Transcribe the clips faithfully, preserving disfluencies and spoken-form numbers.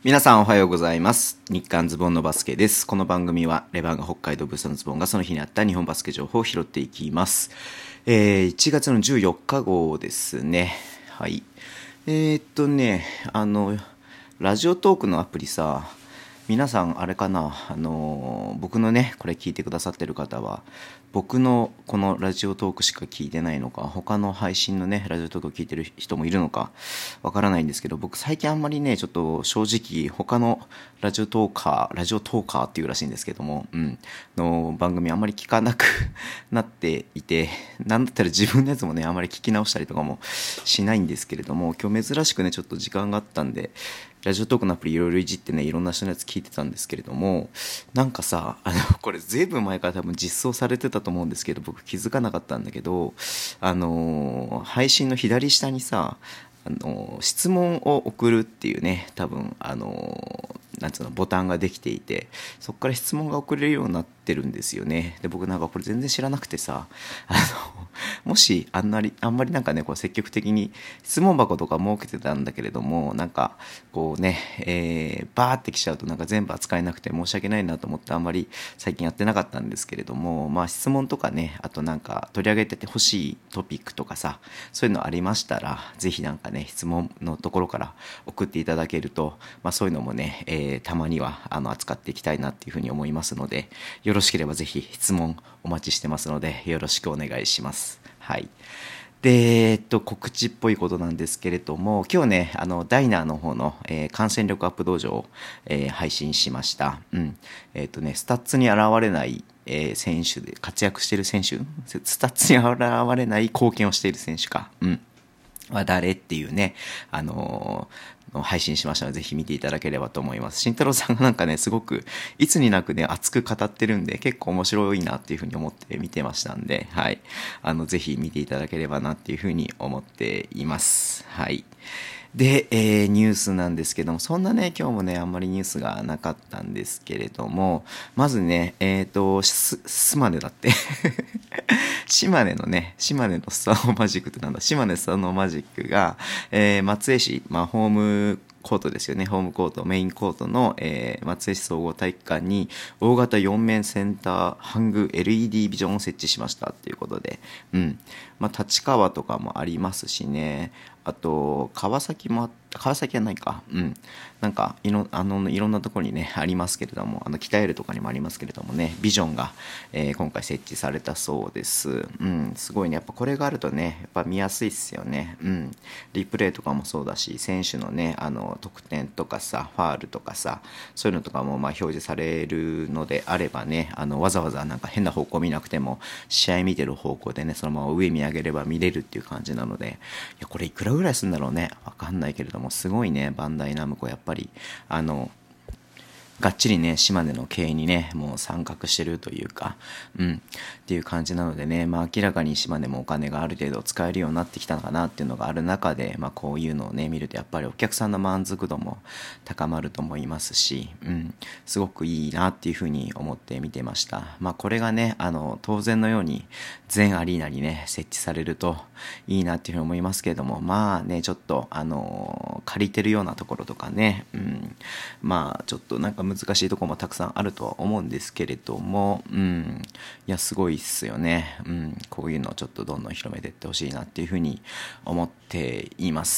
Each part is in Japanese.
皆さんおはようございます。日刊ズボンのバスケです。この番組はレバンが北海道ブースのズボンがその日にあった日本バスケ情報を拾っていきます。えー、いちがつのじゅうよっか号ですね。はい。えー、っとね、あの、ラジオトークのアプリさ、皆さんあれかな、あの僕のねこれ聞いてくださってる方は僕のこのラジオトークしか聞いてないのか、他の配信のねラジオトークを聞いてる人もいるのかわからないんですけど、僕最近あんまりねちょっと正直他のラジオトーカーラジオトーカーっていうらしいんですけども、うんの番組あんまり聞かなくなっていて、なんだったら自分のやつもねあんまり聞き直したりとかもしないんですけれども、今日珍しくねちょっと時間があったんでラジオトークのアプリいろいろいじってねいろんな人のやつ聞いてたんですけれども、なんかさ、あのこれずいぶん前から多分実装されてたと思うんですけど、僕気づかなかったんだけど、あの配信の左下にさ、あの質問を送るっていうね、多分あのなんつうのボタンができていて、そこから質問が送れるようになってるんですよね。で僕なんかこれ全然知らなくてさ、あのもしあんなりあんまりなんかねこう積極的に質問箱とか設けてたんだけれども、なんかこうね、えー、バーってきちゃうとなんか全部扱えなくて申し訳ないなと思ってあんまり最近やってなかったんですけれども、まあ質問とかね、あとなんか取り上げててほしいトピックとかさ、そういうのありましたらぜひなんかね質問のところから送っていただけると、まあそういうのもね、えー、たまにはあの扱っていきたいなっていうふうに思いますので、よろしければぜひ質問お待ちしてますのでよろしくお願いします。はい。で、えっと、告知っぽいことなんですけれども、今日ね、あの、ダイナーの方の、えー感染力アップ道場を、えー配信しました。うん。えっとね、スタッツに現れない、えー選手で、活躍している選手、スタッツに現れない貢献をしている選手か。うん。は誰っていうね、あのー配信しましたので、ぜひ見ていただければと思います。慎太郎さんがなんかね、すごく、いつになくね、熱く語ってるんで、結構面白いなっていうふうに思って見てましたんで、はい。あの、ぜひ見ていただければなっていうふうに思っています。はい。で、えーニュースなんですけども、そんなね、今日もね、あんまりニュースがなかったんですけれども、まずね、えっ、と、す、島根だって。島根のね、島根のスターノーマジックってなんだ、島根スターノーマジックが、えー松江市、まあ、ホームコートですよね、ホームコート、メインコートの、えー松江市総合体育館に大型よん面センターハング エルイーディー ビジョンを設置しましたっていうことで、うん。まあ、立川とかもありますしね、あと、川崎もあった、川崎はないか。うん。なんか、いろ、あの、いろんなところにね、ありますけれども、あの、北エルとかにもありますけれどもね、ビジョンが、えー今回設置されたそうです。うん。すごいね。やっぱこれがあるとね、やっぱ見やすいっすよね。うん。リプレイとかもそうだし、選手のね、あの、得点とかさ、ファールとかさ、そういうのとかも、まあ、表示されるのであればね、あの、わざわざなんか変な方向見なくても、試合見てる方向でね、そのまま上見上げれば見れるっていう感じなので、いや、これいくらぐらいするんだろうね。わかんないけれども、すごいね、バンダイナムコ、やっぱり、あの、がっちりね、島根の経営にね、もう参画してるというか、うん、っていう感じなのでね、まあ明らかに島根もお金がある程度使えるようになってきたのかなっていうのがある中で、まあこういうのをね、見るとやっぱりお客さんの満足度も高まると思いますし、うん、すごくいいなっていうふうに思って見てました。まあこれがね、あの、当然のように全アリーナにね、設置されるといいなっていうふうに思いますけれども、まあね、ちょっと、あの、借りてるようなところとかね、うん、まあちょっとなんか難しいところもたくさんあるとは思うんですけれども、うん、いやすごいっすよね、うん、こういうのをちょっとどんどん広めていってほしいなっていうふうに思っています。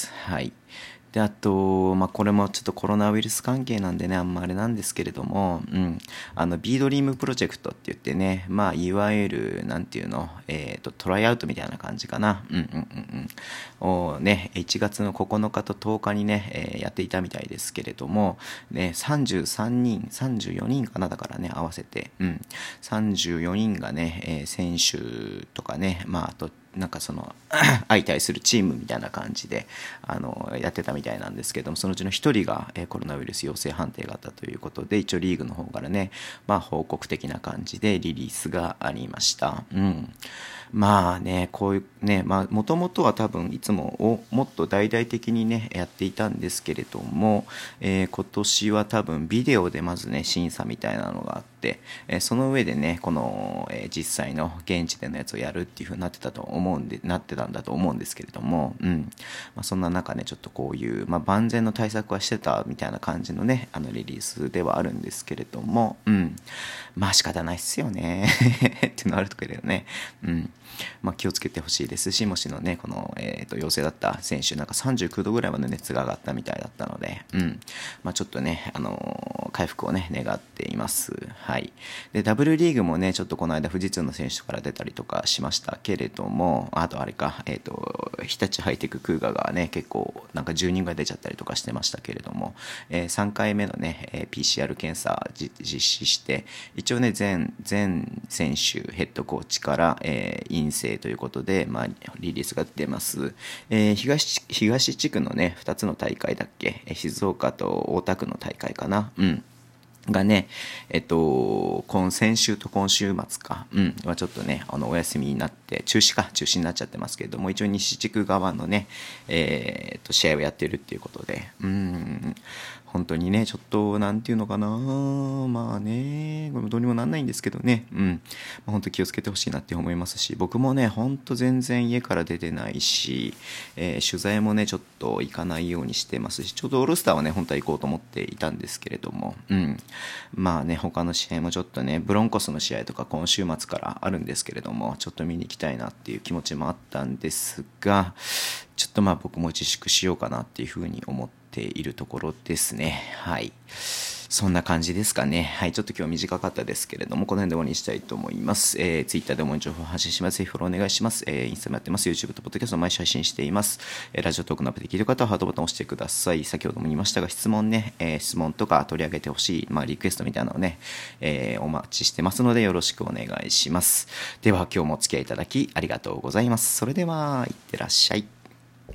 はい。で、あと、まあ、これもちょっとコロナウイルス関係なんでね、あんまあれなんですけれども、うん、あの、ビードリームプロジェクトって言ってね、まあ、いわゆる、なんていうの、えっと、トライアウトみたいな感じかな、うんうんうんうん、をね、いちがつのここのかととおかにね、えーやっていたみたいですけれども、ね、さんじゅうさんにん、さんじゅうよにんかな、だからね、合わせて、うん、さんじゅうよにんがね、えー選手とかね、まあ、あと、なんかその相対するチームみたいな感じであのやってたみたいなんですけども、そのうちのひとりが、えーコロナウイルス陽性判定があったということで、一応リーグの方からね、まあ、報告的な感じでリリースがありました。うん、まあね、こういうね、まあ、もともとは多分いつもおもっと大々的にね、やっていたんですけれども、えー今年は多分ビデオでまずね、審査みたいなのがあって、 、えー、その上でね、この、えー、実際の現地でのやつをやるっていう風になってたと思うんで、なってたんだと思うんですけれども、うん。まあ、そんな中ね、ちょっとこういう、まあ、万全の対策はしてたみたいな感じのね、あのリリースではあるんですけれども、うん。まあ仕方ないっすよね。っていうのあるとかだよね。うん。まあ気をつけてほしいですし、もしのね、この、えっと、陽性だった選手、なんかさんじゅうきゅうどぐらいまで熱が上がったみたいだったので、うん。まあちょっとね、あのー、回復をね、願っています。はい。で、ダブルリーグもね、ちょっとこの間、富士通の選手から出たりとかしましたけれども、あとあれか、えっと、日立ハイテククーガがね、結構、なんかじゅうにんぐらい出ちゃったりとかしてましたけれども、えー、さんかいめのね、えー、ピーシーアール 検査実施して、一応ね、全、全選手、ヘッドコーチから、えー、陰性ということで、まあ、リリースが出ます。えー、東、東地区のね、ふたつの大会だっけ、静岡と大田区の大会かな。うん。がね、えっと、今先週と今週末か、うん、はちょっとね、あの、お休みになって、中止か、中止になっちゃってますけれども、一応西地区側のね、えー、っと、試合をやってるっていうことで、うん、本当にね、ちょっと、なんていうのかな、まあね、これもどうにもなんないんですけどね、うん、まあ、本当気をつけてほしいなって思いますし、僕もね、本当全然家から出てないし、えー、取材もね、ちょっと行かないようにしてますし、ちょうどオールスターはね、本当は行こうと思っていたんですけれども、うん、まあね、他の試合もちょっとね、ブロンコスの試合とか今週末からあるんですけれども、ちょっと見に行きたいなっていう気持ちもあったんですが、ちょっとまあ僕も自粛しようかなっていうふうに思っているところですね。はい。そんな感じですかね。はい。ちょっと今日短かったですけれども、この辺で終わりにしたいと思います。えー、Twitter でも情報を発信します。ぜひフォローお願いします。えー、インスタもやってます。YouTube と Podcast を毎週配信しています。えー、ラジオトークのアプリで聞いている方はハートボタンを押してください。先ほども言いましたが、質問ね、えー、質問とか取り上げてほしい、まあ、リクエストみたいなのをね、えー、お待ちしてますので、よろしくお願いします。では、今日もお付き合いいただきありがとうございます。それでは、いってらっしゃい。